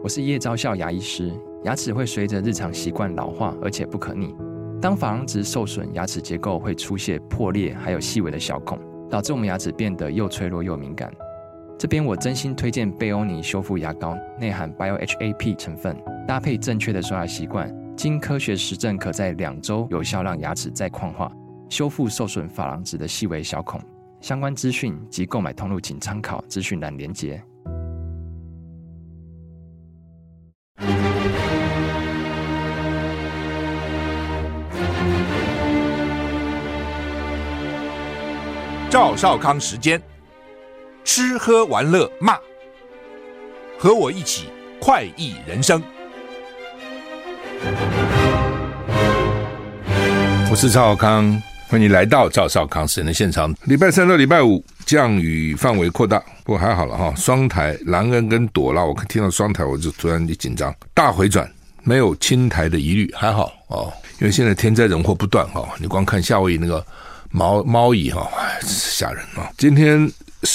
我是叶昭孝牙医师。牙齿会随着日常习惯老化，而且不可逆。当珐琅质受损，牙齿结构会出现破裂，还有细微的小孔，导致我们牙齿变得又脆弱又敏感。这边我真心推荐贝欧尼修复牙膏，内含 BioHAP 成分，搭配正确的刷牙习惯，经科学实证可在2周有效让牙齿再矿化，修复受损珐琅质的细微小孔。相关资讯及购买通路请参考资讯栏连结。 赵少康时间，吃喝玩乐骂，和我一起快意人生。我是赵少康，欢迎来到赵少康时间的现场。礼拜3到礼拜5降雨范围扩大，不过还好了哈。双台兰恩跟朵拉，我听到双台我就突然一紧张，大回转，没有侵台的疑虑，还好哦。因为现在天灾人祸不断哈，你光看夏威夷那个猫蚁哈，吓人啊！今天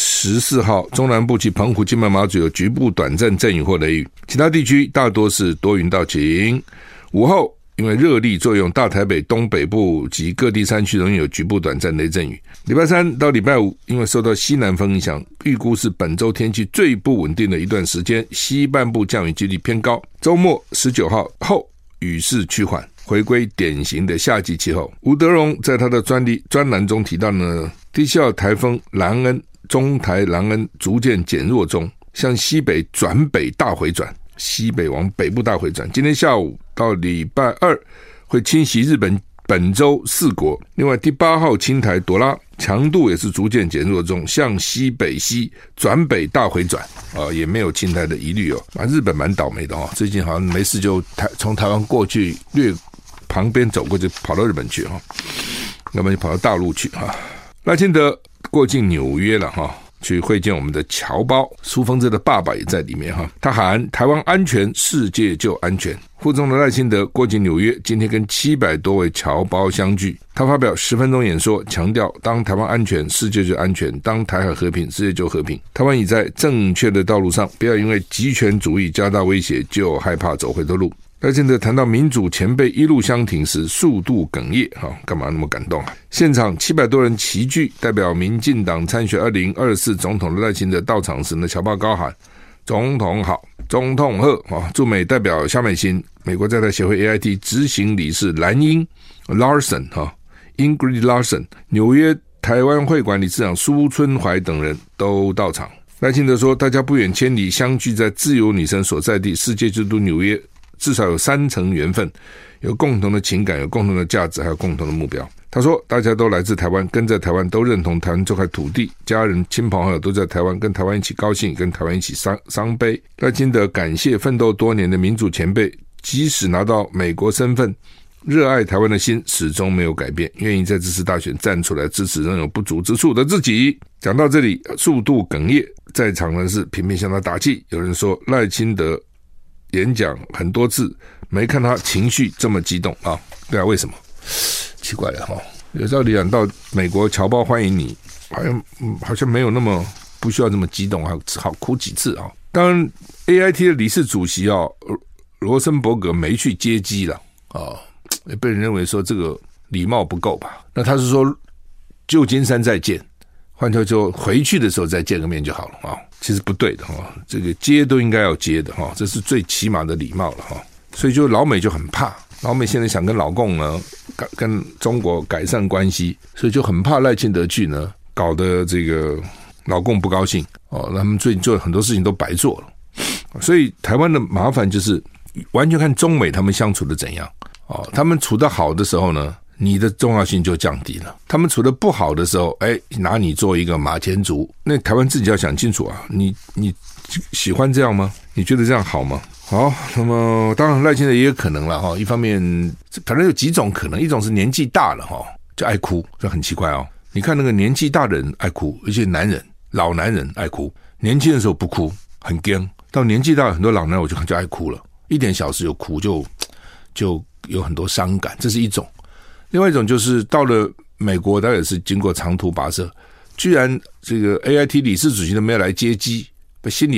14号，中南部及澎湖、金门、马祖有局部短暂阵雨或雷雨，其他地区大多是多云到晴。午后因为热力作用，大台北东北部及各地山区容易有局部短暂雷阵雨。礼拜3到礼拜5，因为受到西南风影响，预估是本周天气最不稳定的一段时间，西半部降雨几率偏高。周末19号后雨势趋缓，回归典型的夏季气候。吴德荣在他的专栏中提到呢，低气压台风兰恩中台兰恩逐渐减弱中，向西北转北大回转，西北往北部大回转。今天下午到礼拜2会侵袭日本本州4国。另外第8号侵台朵拉强度也是逐渐减弱中，向西北西转北大回转，也没有侵台的疑虑哦。日本蛮倒霉的哦，最近好像没事就从台湾过去略旁边走过去，跑到日本去哈，要不然就跑到大陆去哈。赖清德过境纽约了哈，去会见我们的侨胞，苏峰哲的爸爸也在里面哈。他喊台湾安全，世界就安全。副总统赖清德过境纽约，今天跟700多位侨胞相聚。他发表10分钟演说，强调当台湾安全，世界就安全；当台海和平，世界就和平。台湾已在正确的道路上，不要因为极权主义加大威胁，就害怕走回头路。赖清德谈到民主前辈一路相挺时，数度哽咽，干嘛那么感动啊？现场700多人齐聚，代表民进党参选2024总统的赖清德到场时呢，侨胞高喊总统好，总统贺。驻美代表夏美琴，美国在台协会 AIT 执行理事蓝英 Larson Ingrid Larson， 纽约台湾会馆理事长苏春怀等人都到场。赖清德说，大家不远千里相聚在自由女神所在地世界之都纽约，至少有3层缘分，有共同的情感，有共同的价值，还有共同的目标。他说大家都来自台湾，跟在台湾，都认同台湾这块土地，家人亲朋好友都在台湾，跟台湾一起高兴，跟台湾一起伤悲。赖清德感谢奋斗多年的民主前辈，即使拿到美国身份，热爱台湾的心始终没有改变，愿意在这次大选站出来支持仍有不足之处的自己。讲到这里数度哽咽，在场人士频频向他打气。有人说赖清德演讲很多次，没看他情绪这么激动啊！对啊，为什么？奇怪了哈。有道理讲到美国侨胞欢迎你，好像没有那么不需要这么激动，好哭几次啊！当然 ，AIT 的理事主席罗森伯格没去接机了啊，也被人认为说这个礼貌不够吧？那他是说旧金山再见，换句就回去的时候再见个面就好了啊。其实不对的哈，这个接都应该要接的哈，这是最起码的礼貌了哈。所以就老美就很怕，老美现在想跟老共呢，跟中国改善关系，所以就很怕赖清德去呢，搞得这个老共不高兴哦。他们最近做很多事情都白做了，所以台湾的麻烦就是完全看中美他们相处的怎样哦。他们处得好的时候呢，你的重要性就降低了；他们处得不好的时候，拿你做一个马前卒。那台湾自己要想清楚啊，你喜欢这样吗？你觉得这样好吗？好，那么当然赖清德也有可能了哈。一方面，反正有几种可能，一种是年纪大了哈，就爱哭，这很奇怪哦。你看那个年纪大的人爱哭，而且老男人爱哭，年轻的时候不哭，很僵。到年纪大了，很多老男人我就爱哭了，一点小事就哭，就有很多伤感，这是一种。另外一种就是到了美国，他也是经过长途跋涉，居然这个 AIT 理事主席都没有来接机，心里很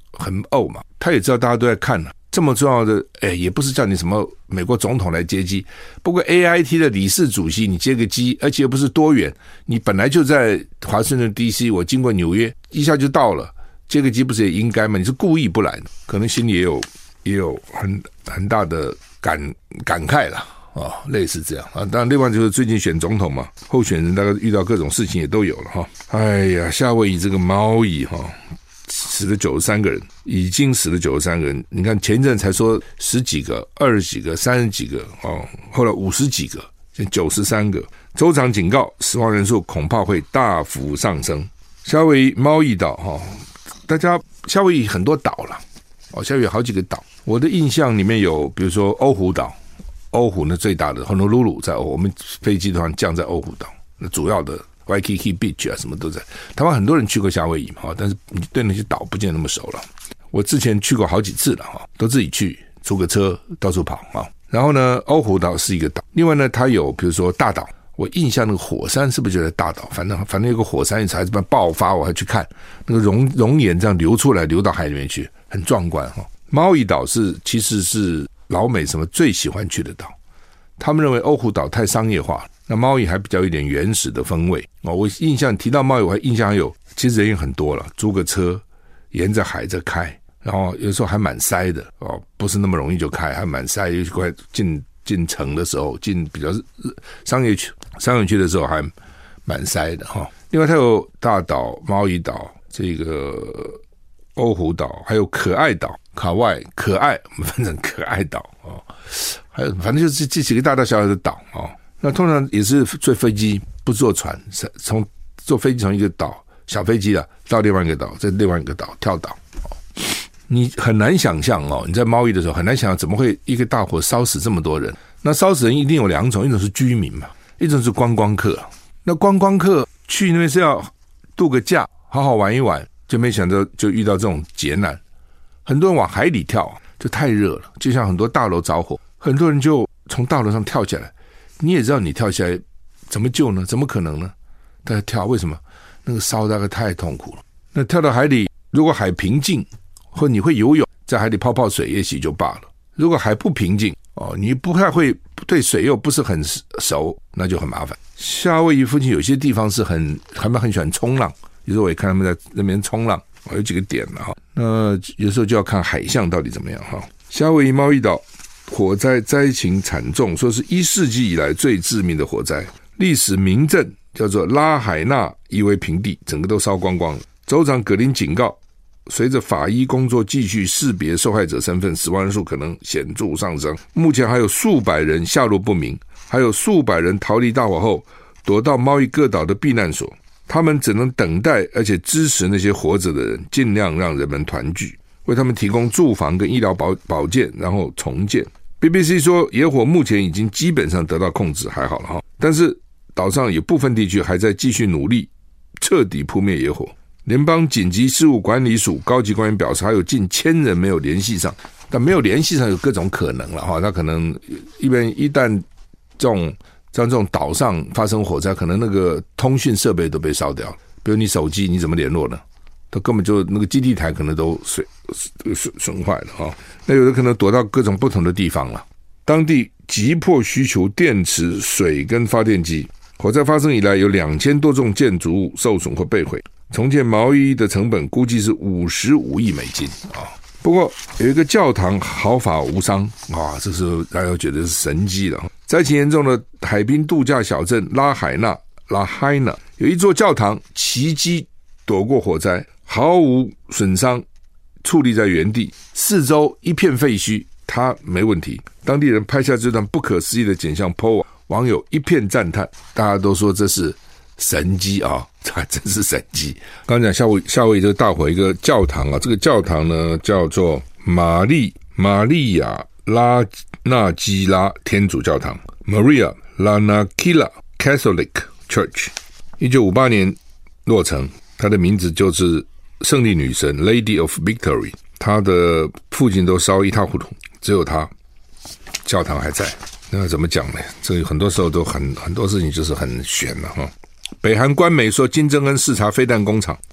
很嘛，他也知道大家都在看了，这么重要的，也不是叫你什么美国总统来接机，不过 AIT 的理事主席你接个机，而且又不是多远，你本来就在华盛顿 DC， 我经过纽约一下就到了，接个机不是也应该吗？你是故意不来的，可能心里也有很大的感慨了。类似这样啊，当然另外就是最近选总统嘛，候选人大概遇到各种事情也都有了哈。哎呀，夏威夷这个猫蚁死了93个人，已经死了93个人。你看前一阵才说10几个、20几个、30几个后来50几个，现在93个。州长警告，死亡人数恐怕会大幅上升。夏威夷猫蚁岛大家夏威夷很多岛了夏威夷有好几个岛。我的印象里面有，比如说欧胡岛。欧湖呢最大的 Honolulu 在我们飞机团降在欧湖岛，那主要的 Waikiki Beach 啊什么都在。台湾很多人去过夏威夷但是你对那些岛不见得那么熟了。我之前去过好几次了都自己去租个车到处跑然后呢，欧湖岛是一个岛，另外呢它有比如说大岛，我印象那个火山是不是就在大岛？反正有个火山还是爆发，我还去看那个熔岩这样流出来，流到海里面去，很壮观猫蚁岛其实是老美什么最喜欢去的岛，他们认为欧胡岛太商业化，那猫蚁还比较有点原始的风味我印象提到猫蚁，我还印象有，其实人也很多了，租个车沿着海在开，然后有时候还蛮塞的不是那么容易就开，还蛮塞，尤其快进城的时候，进比较商业区的时候还蛮塞的另外它有大岛、猫蚁岛、这个欧胡岛，还有可爱岛卡外，可爱我们分成可爱岛还有反正就是这几个大大小小的岛那通常也是坐飞机不坐船，坐飞机从一个岛小飞机到另外一个岛，在另外一个岛跳岛你很难想象你在猫蚁的时候很难想象怎么会一个大火烧死这么多人。那烧死人一定有2种，一种是居民嘛，一种是观光客。那观光客去那边是要度个假好好玩一玩，就没想到就遇到这种劫难，很多人往海里跳，就太热了，就像很多大楼着火，很多人就从大楼上跳下来，你也知道你跳下来怎么救呢？怎么可能呢？大家跳，为什么？那个烧大概太痛苦了。那跳到海里，如果海平静，或你会游泳，在海里泡泡水也许就罢了，如果海不平静你不太会，对水又不是很熟，那就很麻烦。夏威夷附近有些地方是他们很喜欢冲浪，有时候我也看他们在那边冲浪有几个点了那有时候就要看海象到底怎么样夏威夷猫蚁岛火灾灾情惨重，说是1世纪以来最致命的火灾，历史名镇叫做拉海纳夷为平地，整个都烧光光了。州长葛林警告，随着法医工作继续识别受害者身份，死亡人数可能显著上升。目前还有数百人下落不明，还有数百人逃离大火后躲到猫蚁各岛的避难所，他们只能等待，而且支持那些活着的人，尽量让人们团聚，为他们提供住房跟医疗保健，然后重建。BBC 说野火目前已经基本上得到控制，还好了但是岛上有部分地区还在继续努力彻底扑灭野火。联邦紧急事务管理署高级官员表示，还有近1000人没有联系上，但没有联系上有各种可能了他可能一旦这种岛上发生火灾，可能那个通讯设备都被烧掉，比如你手机你怎么联络呢？都根本就那个基地台可能都损坏了那有的可能躲到各种不同的地方了。当地急迫需求电池、水跟发电机。火灾发生以来，有2000多栋建筑物受损或被毁，重建毛衣的成本估计是55亿美金不过有一个教堂毫发无伤这是大家觉得是神迹了。灾情严重的海滨度假小镇拉海纳有一座教堂奇迹躲过火灾，毫无损伤，矗立在原地，四周一片废墟，它没问题。当地人拍下这段不可思议的景象 po 网友一片赞叹，大家都说这是神迹这真是神迹。刚刚讲夏威夷这个大火，一个教堂这个教堂呢叫做玛利亚拉纳基拉天主教堂 Maria Lanakila Catholic Church， 1958年落成，它的名字就是胜利女神 Lady of Victory， 她的父亲都烧一塌糊涂，只有她教堂还在。那怎么讲呢？这很多时候都很多事情就是很悬了北韩官媒说，金正恩视察飞弹工厂，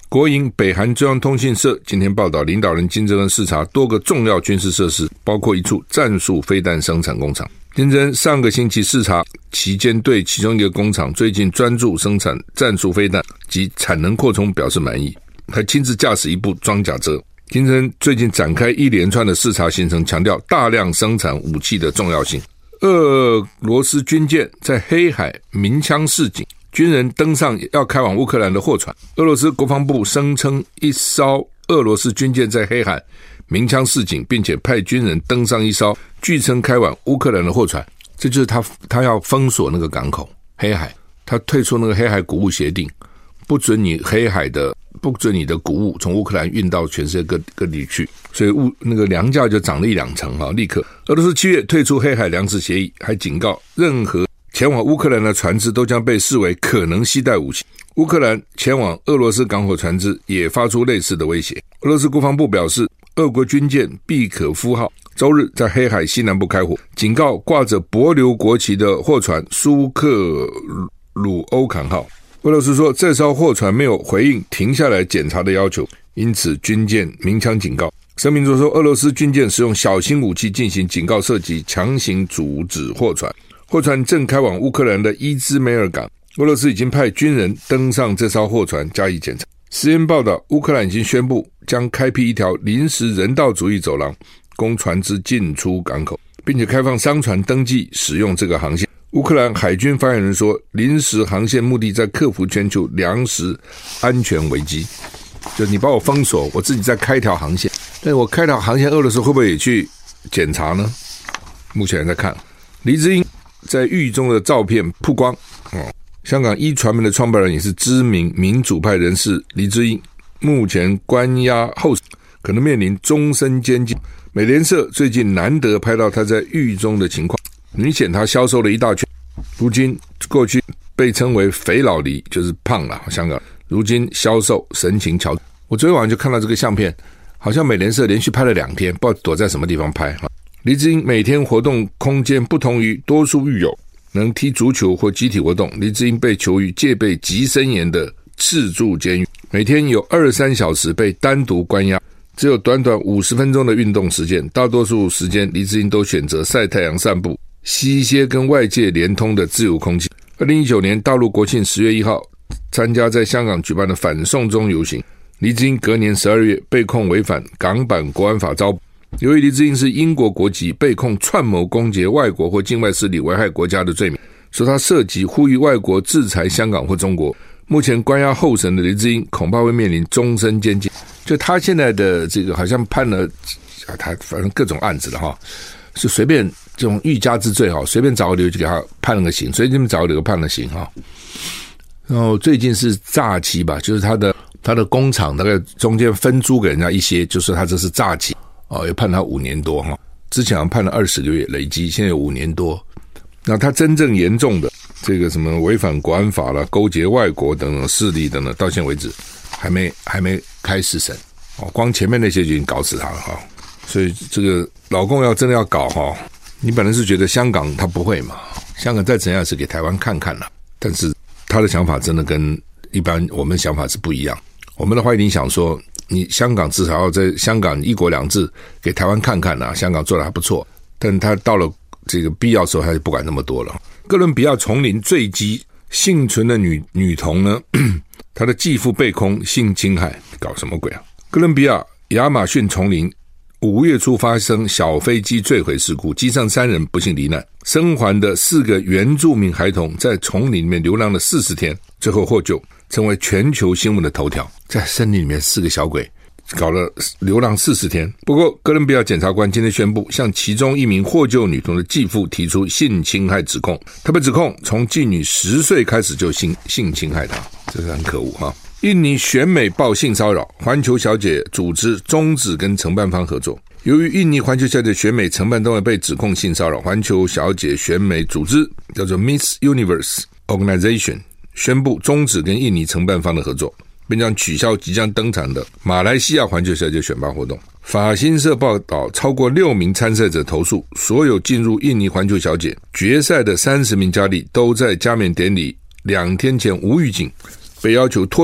国营北韩中央通讯社今天报道，领导人金正恩视察多个重要军事设施，包括一处战术飞弹生产工厂。金正恩上个星期视察期间，对其中一个工厂最近专注生产战术飞弹及产能扩充表示满意，还亲自驾驶一部装甲车。金正恩最近展开一连串的视察行程，强调大量生产武器的重要性。俄罗斯军舰在黑海鸣枪示警，军人登上要开往乌克兰的货船。俄罗斯国防部声称，一艘俄罗斯军舰在黑海鸣枪示警，并且派军人登上一艘据称开往乌克兰的货船。这就是他要封锁那个港口黑海，他退出那个黑海谷物协定，不准你的谷物从乌克兰运到全世界各地去，所以那个粮价就涨了1-2成，立刻。俄罗斯7月退出黑海粮食协议，还警告任何前往乌克兰的船只都将被视为可能携带武器。乌克兰前往俄罗斯港口船只也发出类似的威胁。俄罗斯国防部表示，俄国军舰毕可夫号周日在黑海西南部开火，警告挂着帛琉国旗的货船苏克鲁欧坎号。俄罗斯说，这艘货船没有回应停下来检查的要求，因此军舰鸣枪警告。声明中说，俄罗斯军舰使用小型武器进行警告射击，强行阻止货船。货船正开往乌克兰的伊兹梅尔港，俄罗斯已经派军人登上这艘货船加以检查。时间报道，乌克兰已经宣布将开辟一条临时人道主义走廊，供船只进出港口，并且开放商船登记使用这个航线。乌克兰海军发言人说，临时航线目的在克服全球粮食安全危机，就是你把我封锁，我自己再开一条航线，但是我开条航线，俄罗斯会不会也去检查呢？目前在看。黎智英在狱中的照片曝光，香港一传媒的创办人也是知名民主派人士黎智英，目前关押候审，可能面临终身监禁。美联社最近难得拍到他在狱中的情况，明显他消瘦了一大圈，如今过去被称为肥老黎，就是胖了，香港如今消瘦，神情憔悴。我昨天晚上就看到这个相片，好像美联社连续拍了2天，不知道躲在什么地方拍。黎智英每天活动空间不同于多数狱友，能踢足球或集体活动。黎智英被囚于戒备极森严的赤柱监狱，每天有23小时被单独关押，只有短短50分钟的运动时间，大多数时间黎智英都选择晒太阳散步，吸一些跟外界连通的自由空气。2019年大陆国庆10月1号参加在香港举办的反送中游行，黎智英隔年12月被控违反港版国安法遭捕。由于黎智英是英国国籍，被控串谋攻击外国或境外势力危害国家的罪名，说他涉及呼吁外国制裁香港或中国。目前关押候审的黎智英恐怕会面临终身监禁。就他现在的这个好像判了他反正各种案子的是随便这种欲加之罪随便找个理由就给他判了个刑，随便找个理由判了刑然后最近是诈欺吧，就是他的工厂大概中间分租给人家一些，就是他这是诈欺也判他5年多之前好像判了20个月累积，现在有5年多。那他真正严重的这个什么违反国安法啦、勾结外国等等势力等等，到现在为止还没开始审光前面那些就已经搞死他了所以这个老共要真的要搞你本来是觉得香港他不会嘛，香港再怎样是给台湾看看啦，但是他的想法真的跟一般我们想法是不一样。我们的话一定想说，你香港至少要在香港1国2制给台湾看看香港做得还不错，但他到了这个必要的时候他就不管那么多了。哥伦比亚丛林坠机幸存的女童呢，她的继父被控性侵害，搞什么鬼哥伦比亚亚马逊丛林5月初发生小飞机坠毁事故，机上3人不幸罹难，生还的4个原住民孩童在丛林里面流浪了40天，最后获救，成为全球新闻的头条。在森林里面4个小鬼搞了流浪40天。不过哥伦比亚检察官今天宣布，向其中一名获救女童的继父提出性侵害指控，他被指控从妓女10岁开始就性侵害她，这是很可恶印尼选美报性骚扰，环球小姐组织终止跟承办方合作。由于印尼环球小姐选美承办单位被指控性骚扰，环球小姐选美组织叫做 Miss Universe Organization 宣布终止跟印尼承办方的合作，并将取消即将登场的马来西亚环球小姐选拔活动。法新社报道，超过6名参赛者投诉，所有进入印尼环球小姐决赛的30名佳丽都在加冕典礼2天前无预警被要求脱衣，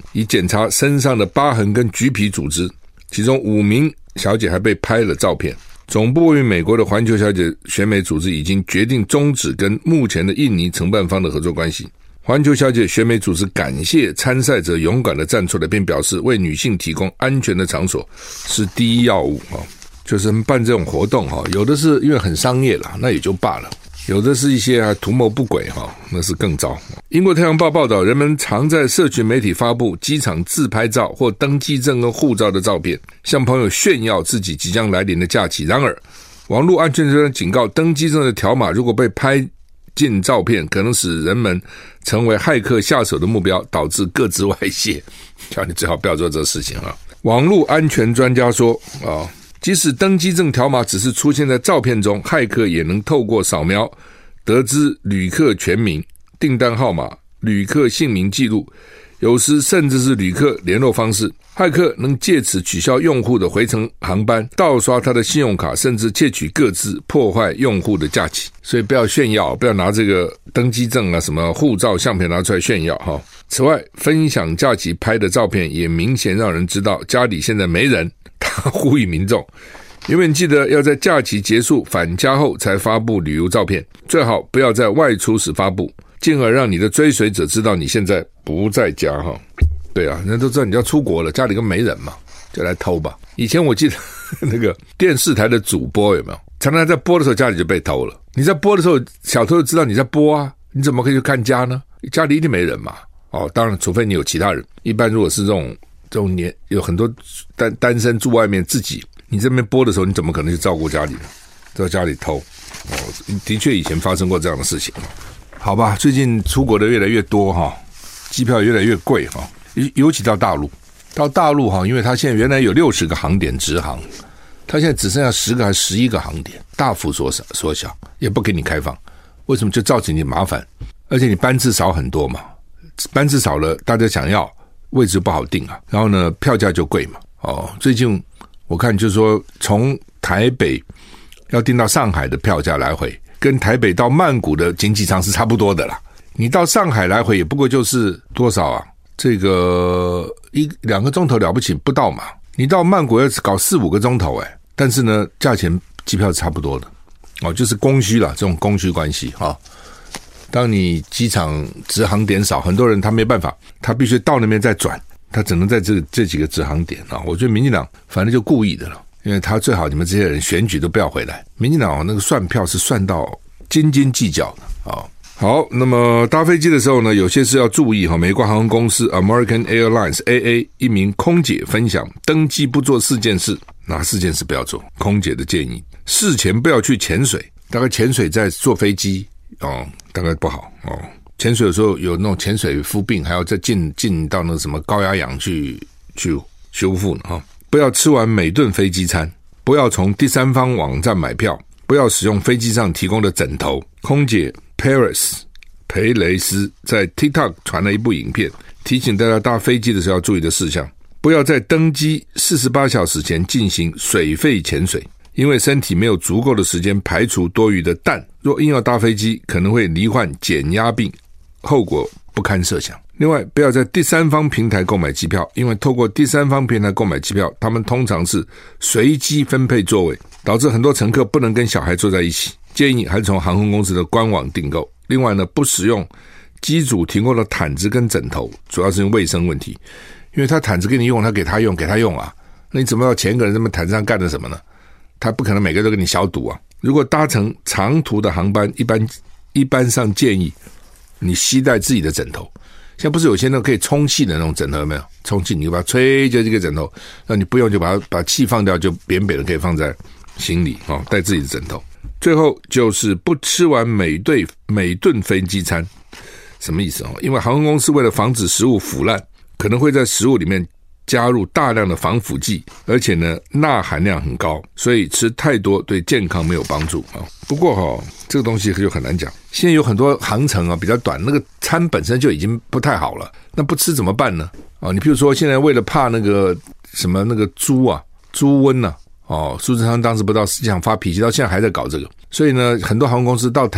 以检查身上的疤痕跟橘皮组织，其中5名小姐还被拍了照片。总部位于美国的环球小姐选美组织已经决定终止跟目前的印尼承办方的合作关系。环球小姐选美组织感谢参赛者勇敢地站出来，并表示为女性提供安全的场所是第一要务。就是办这种活动，有的是因为很商业啦，那也就罢了，有的是一些图谋不轨，那是更糟。英国太阳报报道，人们常在社群媒体发布机场自拍照或登机证跟护照的照片，向朋友炫耀自己即将来临的假期。然而网络安全专家警告，登机证的条码如果被拍进照片，可能使人们成为骇客下手的目标，导致个资外泄。叫你最好不要做这个事情。网络安全专家说即使登机证条码只是出现在照片中，骇客也能透过扫描得知旅客全名、订单号码、旅客姓名记录，有时甚至是旅客联络方式。骇客能借此取消用户的回程航班，盗刷他的信用卡，甚至窃取个资，破坏用户的假期。所以不要炫耀，不要拿这个登机证什么护照相片拿出来炫耀。此外，分享假期拍的照片也明显让人知道家里现在没人。他呼吁民众永远记得要在假期结束返家后才发布旅游照片，最好不要在外出时发布，进而让你的追随者知道你现在不在家。对啊，人家都知道你要出国了，家里根本没人嘛，就来偷吧。以前我记得那个电视台的主播有没有常常在播的时候家里就被偷了，你在播的时候小偷就知道你在播啊，你怎么可以去看家呢？家里一定没人嘛。当然除非你有其他人，一般如果是这种年有很多单身住外面自己，你这边播的时候你怎么可能去照顾家里呢？在家里偷。的确以前发生过这样的事情。好吧，最近出国的越来越多机票越来越贵尤其到大陆，因为它现在原来有60个航点直航，它现在只剩下10个还是11个航点，大幅缩小，也不给你开放。为什么？就造成你麻烦，而且你班次少很多嘛，班次少了大家想要位置不好定啊，然后呢票价就贵嘛。最近我看就是说从台北要订到上海的票价来回跟台北到曼谷的经济舱是差不多的啦。你到上海来回也不过就是多少啊，这个1-2个钟头了不起不到嘛，你到曼谷要搞4-5个钟头但是呢价钱机票是差不多的就是供需啦，这种供需关系当你机场直航点少，很多人他没办法，他必须到那边再转，他只能在这几个直航点我觉得民进党反正就故意的了，因为他最好你们这些人选举都不要回来。民进党那个算票是算到斤斤计较的好，那么搭飞机的时候呢，有些事要注意美国航空公司 American Airlines AA 一名空姐分享登机不做4件事，哪4件事不要做？空姐的建议：事前不要去潜水，大概潜水在坐飞机大概不好潜水有时候有那种潜水夫病，还要再进到那个什么高压氧去修复呢不要吃完每顿飞机餐，不要从第三方网站买票，不要使用飞机上提供的枕头。空姐裴雷斯在 TikTok 传了一部影片，提醒大家搭飞机的时候要注意的事项：不要在登机48小时前进行水肺潜水，因为身体没有足够的时间排除多余的氮，若硬要搭飞机可能会罹患减压病，后果不堪设想。另外，不要在第三方平台购买机票，因为透过第三方平台购买机票，他们通常是随机分配座位，导致很多乘客不能跟小孩坐在一起。建议还是从航空公司的官网订购。另外呢，不使用机组提供的毯子跟枕头，主要是因为卫生问题，因为他毯子给你用，他给他用啊，那你怎么要前一个人这么毯子上干了什么呢？他不可能每个都给你消毒啊。如果搭乘长途的航班，一般上建议你携带自己的枕头。现在不是有些那种可以充气的那种枕头，有没有？充气你就把它吹就这个枕头，那你不用就把气放掉，就扁扁的可以放在行李带自己的枕头。最后就是不吃完每顿飞机餐，什么意思因为航空公司为了防止食物腐烂，可能会在食物里面加入大量的防腐剂，而且呢钠含量很高，所以吃太多对健康没有帮助不过这个东西就很难讲。现在有很多航程比较短，那个餐本身就已经不太好了，那不吃怎么办呢你譬如说现在为了怕那个什么那个猪瘟苏贞昌当时不到世界上发脾气，到现在还在搞这个，所以呢很多航空公司到台北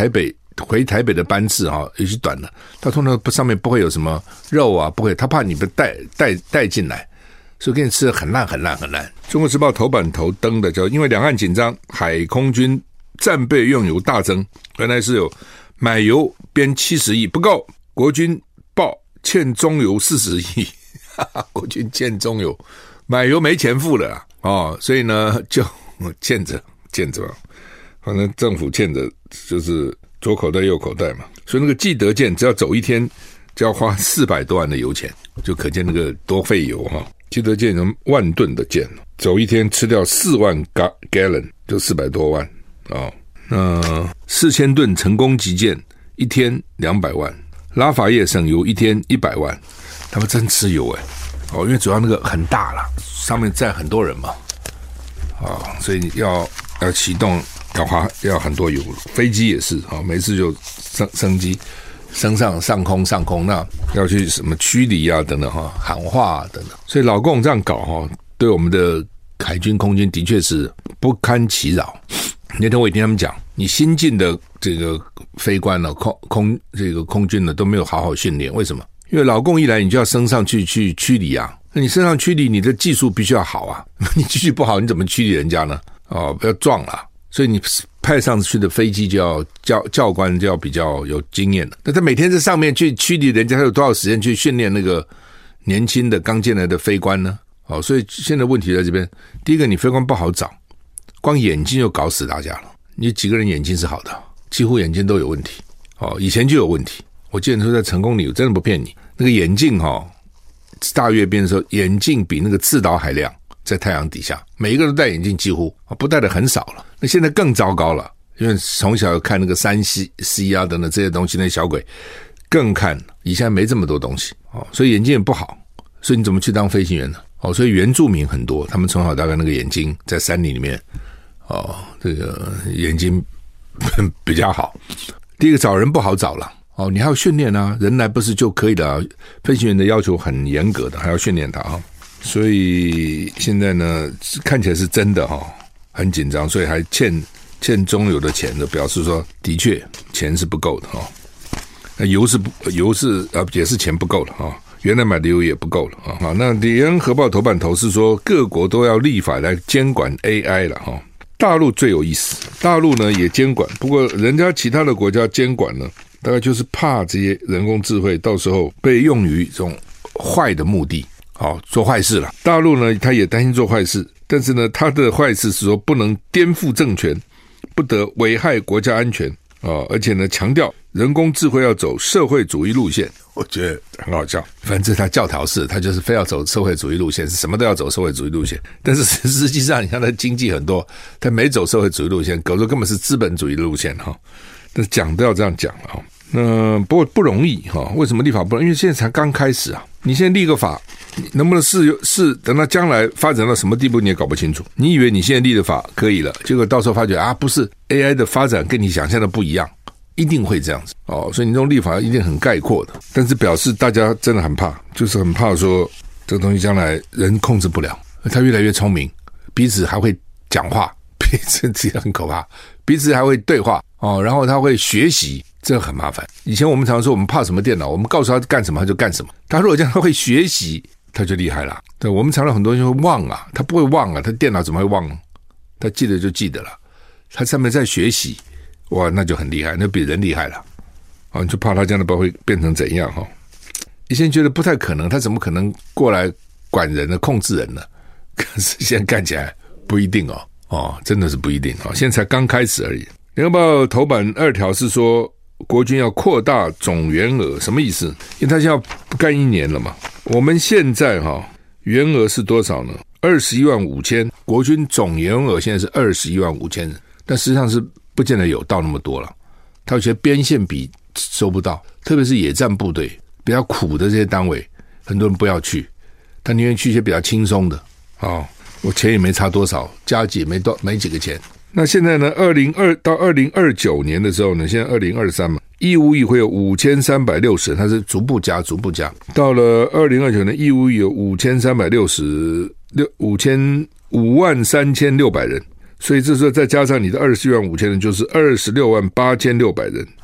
回台北的班次尤其短的，他通常上面不会有什么肉啊，不会，他怕你不带进来，所以给你吃的很烂很烂很烂。中国时报头版头登的叫因为两岸紧张，海空军战备用油大增，原来是有买油编70亿不够，国军报欠中油40亿，国军欠中油，买油没钱付了所以呢就欠着吧，反正政府欠着就是左口袋右口袋嘛，所以那个记得舰只要走一天就要花400多万的油钱，就可见那个多费油记得舰1万吨的舰，走一天吃掉4万 gallon 就400多万那4000吨成功击舰一天200万，拉法叶省油一天100万，他们真吃油因为主要那个很大啦，上面载很多人嘛所以要启动要很多油，飞机也是每次就升机升上空，那要去什么驱离啊等等喊话等等，所以老共这样搞对我们的海军空军的确是不堪其扰。那天我也听他们讲，你新进的这个飞官呢，这个空军呢都没有好好训练，为什么？因为老共一来，你就要升上去驱离啊，那你升上驱离，你的技术必须要好啊，你技术不好，你怎么驱离人家呢？不要撞了。所以你派上去的飞机就要教官就要比较有经验的，那他每天在上面去驱离人家，他有多少时间去训练那个年轻的刚进来的飞官呢？所以现在问题在这边，第一个你飞官不好找，光眼睛就搞死大家了，你几个人眼睛是好的，几乎眼睛都有问题以前就有问题，我记得说在成功里我真的不骗你，那个眼镜大阅兵的时候，眼镜比那个赤道还亮，在太阳底下每一个都戴眼镜，几乎不戴的很少了。那现在更糟糕了，因为从小看那个3C 啊等等这些东西，那小鬼更看，以前没这么多东西所以眼睛也不好，所以你怎么去当飞行员呢？所以原住民很多，他们从小大概那个眼睛在山里面这个眼睛比较好。第一个找人不好找了你还要训练啊，人来不是就可以了飞行员的要求很严格的，还要训练他所以现在呢看起来是真的很紧张，所以还欠中油的钱的，表示说的确钱是不够的那油是也是钱不够了原来买的油也不够了好，那联合报头版头是说各国都要立法来监管 AI 了大陆最有意思，大陆呢也监管，不过人家其他的国家监管呢，大概就是怕这些人工智慧到时候被用于这种坏的目的做坏事了。大陆呢他也担心做坏事，但是呢他的坏事是说不能颠覆政权，不得危害国家安全而且呢强调人工智慧要走社会主义路线，我觉得很好笑。反正他教条式，他就是非要走社会主义路线，是什么都要走社会主义路线。但是实际上你看他经济很多，他没走社会主义路线，搞得根本是资本主义的路线但是讲都要这样讲了那不过不容易为什么立法不容易？因为现在才刚开始你现在立个法能不能是等到将来发展到什么地步你也搞不清楚。你以为你现在立的法可以了，结果到时候发觉不是 AI 的发展跟你想象的不一样，一定会这样子所以你这种立法一定很概括的，但是表示大家真的很怕，就是很怕说这个东西将来人控制不了，他越来越聪明，彼此还会讲话，彼此这很可怕，彼此还会对话然后他会学习，这很麻烦。以前我们常说我们怕什么电脑，我们告诉他干什么他就干什么，他如果这样他会学习，他就厉害了。对，我们常常很多人会忘他不会忘他电脑怎么会忘？他记得就记得了，他上面在学习，哇，那就很厉害，那比人厉害了你就怕他这样的包会变成怎样以前觉得不太可能，他怎么可能过来管人呢，控制人呢？可是现在看起来不一定真的是不一定现在才刚开始而已。联合报头版2条是说国军要扩大总员额，什么意思？因为他现在要干1年了嘛。我们现在员额是多少呢？21万5千，国军总员额现在是21万5千人，但实际上是不见得有到那么多了。他有些边线比收不到，特别是野战部队比较苦的这些单位，很多人不要去，他宁愿去一些比较轻松的我钱也没差多少，加级没几个钱。那现在呢，2022到2029年的时候呢，现在2023嘛，义务役会有5360人，它是逐步加。到了2029年，义务役有5万3600人，所以这时候再加上你的24万5千人，就是26万8600人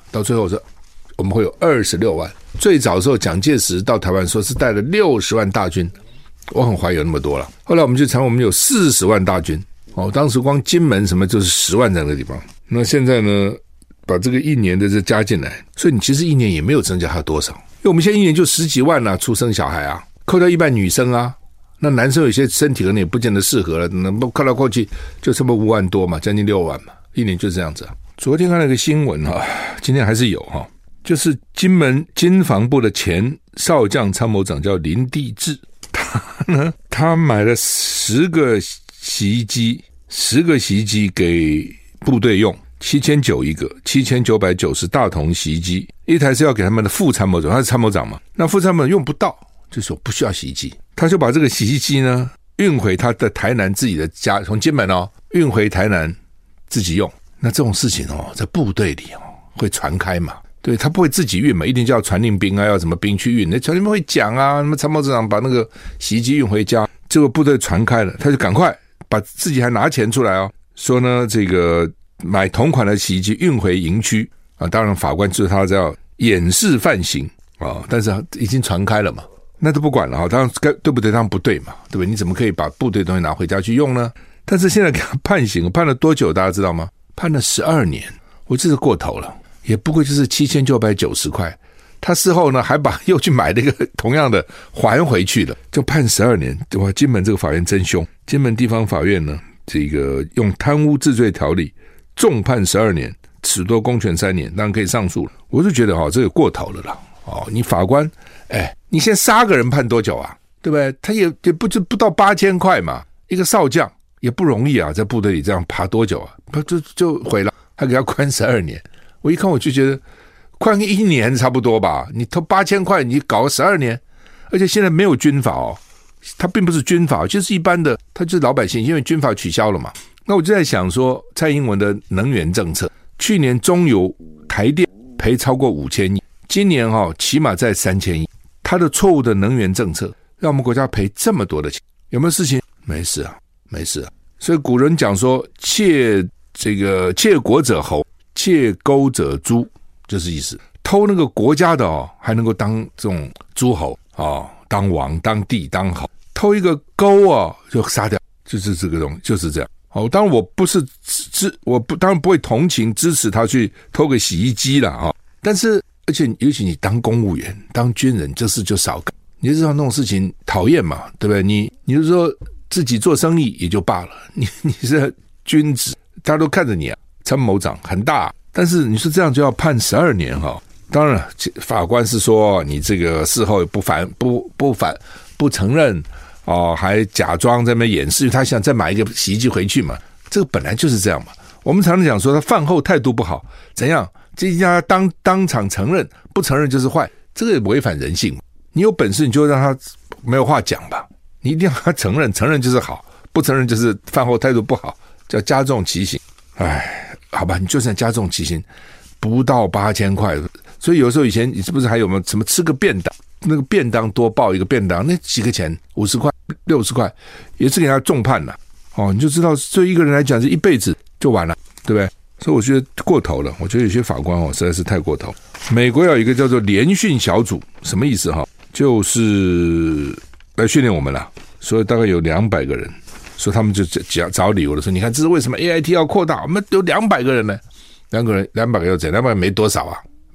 到最后说我们会有26万。最早的时候蒋介石到台湾说是带了60万大军，我很怀疑有那么多了。后来我们就查我们有40万大军当时光金门什么就是10万在那个地方。那现在呢把这个1年的这加进来，所以你其实1年也没有增加它多少，因为我们现在1年就10几万出生小孩扣掉一半女生那男生有些身体可能也不见得适合了，能扣来扣去就这么5万多嘛，将近6万嘛，1年就这样子昨天看了一个新闻今天还是有就是金门经防部的前少将参谋长叫林地志，他买了10个洗衣机给部队用，7900一个，7990大同洗衣机，一台是要给他们的副参谋长，他是参谋长嘛，那副参谋长用不到，就说不需要洗衣机，他就把这个洗衣机呢运回他的台南自己的家，从金门运回台南自己用。那这种事情在部队里会传开嘛？对，他不会自己运嘛，一定就要传令兵要什么兵去运，那传令兵会讲那么参谋长把那个洗衣机运回家，结果部队传开了，他就赶快把自己还拿钱出来说呢这个买同款的洗衣机运回营区当然法官就是他要掩饰犯行但是已经传开了嘛，那都不管了当然对不对？当然不对嘛，对不对？你怎么可以把部队的东西拿回家去用呢？但是现在给他判刑，判了多久大家知道吗？判了12年，我这是过头了，也不过就是7990块，他事后呢还把又去买了一个同样的还回去了，就判12年。哇，金门这个法院真凶，金门地方法院呢这个用贪污治罪条例重判12年，褫夺公权3年，当然可以上诉了。我就觉得这个过头了啦你法官你现在杀个人判多久对不对？他也不到8000块嘛，一个少将也不容易在部队里这样爬多久就毁了，还给他关12年。我一看我就觉得关个1年差不多吧，你偷8000块你搞个12年，而且现在没有军法他并不是军法，就是一般的，他就是老百姓，因为军法取消了嘛。那我就在想说蔡英文的能源政策，去年中油台电赔超过5000亿，今年起码在3000亿，他的错误的能源政策让我们国家赔这么多的钱，有没有事情？没事所以古人讲说窃国者侯，窃钩者猪，就是意思偷那个国家的还能够当这种诸侯当王当帝当侯，偷一个钩就杀掉，就是这个东西就是这样当然我不是当然不会同情支持他去偷个洗衣机啦但是而且尤其你当公务员当军人这事就少干，你就知道那种事情讨厌嘛，对不对？你就说自己做生意也就罢了，你是君子，大家都看着你参谋长很大，但是你说这样就要判12年当然法官是说你这个事后不承认还假装在那边掩饰，因为他想再买一个洗衣机回去嘛，这个本来就是这样嘛。我们常常讲说他饭后态度不好，怎样？这一家当场承认，不承认就是坏，这个违反人性。你有本事你就让他没有话讲吧，你一定要他承认，承认就是好，不承认就是饭后态度不好，叫加重其刑。好吧，你就算加重其刑，不到8000块，所以有时候以前你是不是还有没有什么吃个便当，那个便当多报一个便当，那几个钱50块60块，也是给他重判了你就知道对一个人来讲是一辈子就完了，对不对？所以我觉得过头了，我觉得有些法官实在是太过头。美国有一个叫做联训小组，什么意思就是来训练我们啦，所以大概有200个人，所以他们就找理由的说，你看这是为什么 AIT 要扩大，我们有200个人呢，200个又怎样？200个没多少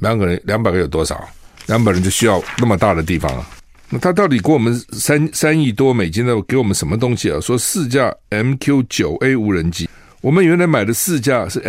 200个有多少？200人就需要那么大的地方那他到底给我们3亿多美金的给我们什么东西说4架 MQ-9A 无人机，我们原来买的4架是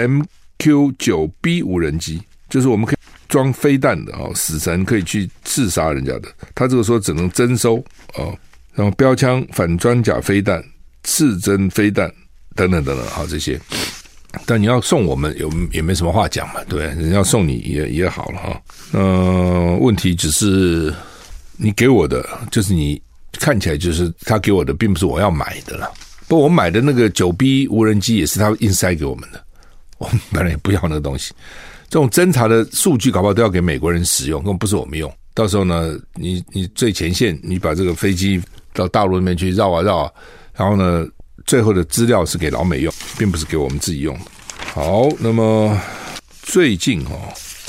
MQ-9B 无人机，就是我们可以装飞弹的死神可以去刺杀人家的，他这个说只能征收然后标枪反装甲飞弹刺针飞弹等等这些，但你要送我们也没什么话讲嘛，对不对？人家送你也好了问题只是你给我的就是你看起来就是他给我的并不是我要买的啦，不过我买的那个 9B 无人机也是他硬塞给我们的，我们本来也不要那个东西，这种侦查的数据搞不好都要给美国人使用，根本不是我们用，到时候呢你最前线你把这个飞机到大陆那边去绕然后呢最后的资料是给老美用，并不是给我们自己用。好，那么最近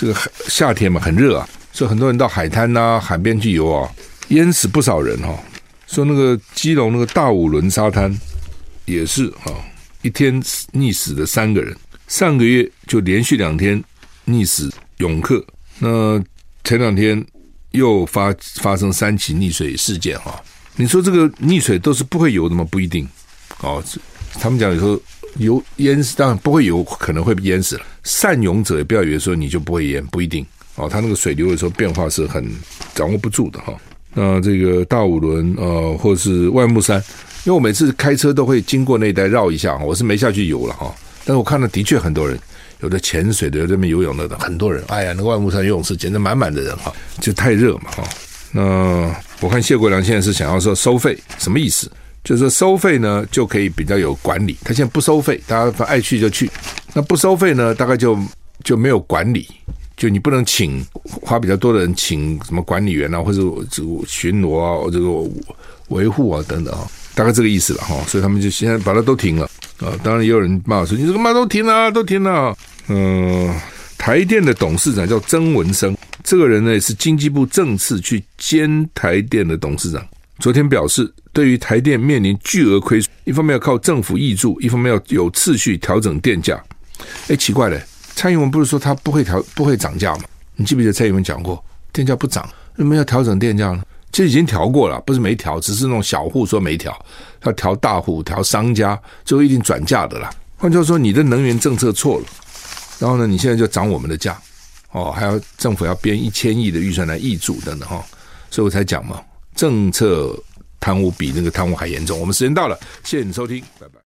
这个夏天嘛很热啊，所以很多人到海滩啊、海边去游啊，淹死不少人哈。说那个基隆那个大武仑沙滩也是一天溺死的3个人，上个月就连续2天溺死泳客，那前2天又发生3起溺水事件哈。你说这个溺水都是不会游的吗？不一定他们讲有时候淹死，当然不会游可能会淹死了，善泳者也不要以为说你就不会淹，不一定他那个水流有时候变化是很掌握不住的哈。那这个大武仑或是外木山，因为我每次开车都会经过那一带绕一下，我是没下去游了哈，但是我看到的确很多人，有的潜水的，有的那边游泳的，很多人。哎呀，那个外木山游泳池简直满满的人哈，就太热嘛哈。那我看谢国良现在是想要说收费，什么意思？就是说收费呢就可以比较有管理，他现在不收费，大家爱去就去。那不收费呢，大概就没有管理。就你不能花比较多的人请什么管理员啊，或者这个巡逻啊，这个维护啊等等大概这个意思了哈。所以他们就现在把它都停了当然也有人骂说你这个嘛都停了都停了。台电的董事长叫曾文生，这个人呢也是经济部正次去兼台电的董事长。昨天表示，对于台电面临巨额亏损，一方面要靠政府挹注，一方面要有次序调整电价。奇怪了。蔡英文不是说他不会涨价吗？你记不记得蔡英文讲过电价不涨，为什么要调整电价呢？其实已经调过了，不是没调，只是那种小户说没调，要调大户、调商家，最后一定转嫁的啦。换句话说，你的能源政策错了，然后呢，你现在就涨我们的价还要政府要编1000亿的预算来挹注等等所以我才讲嘛，政策贪污比那个贪污还严重。我们时间到了，谢谢你收听，拜拜。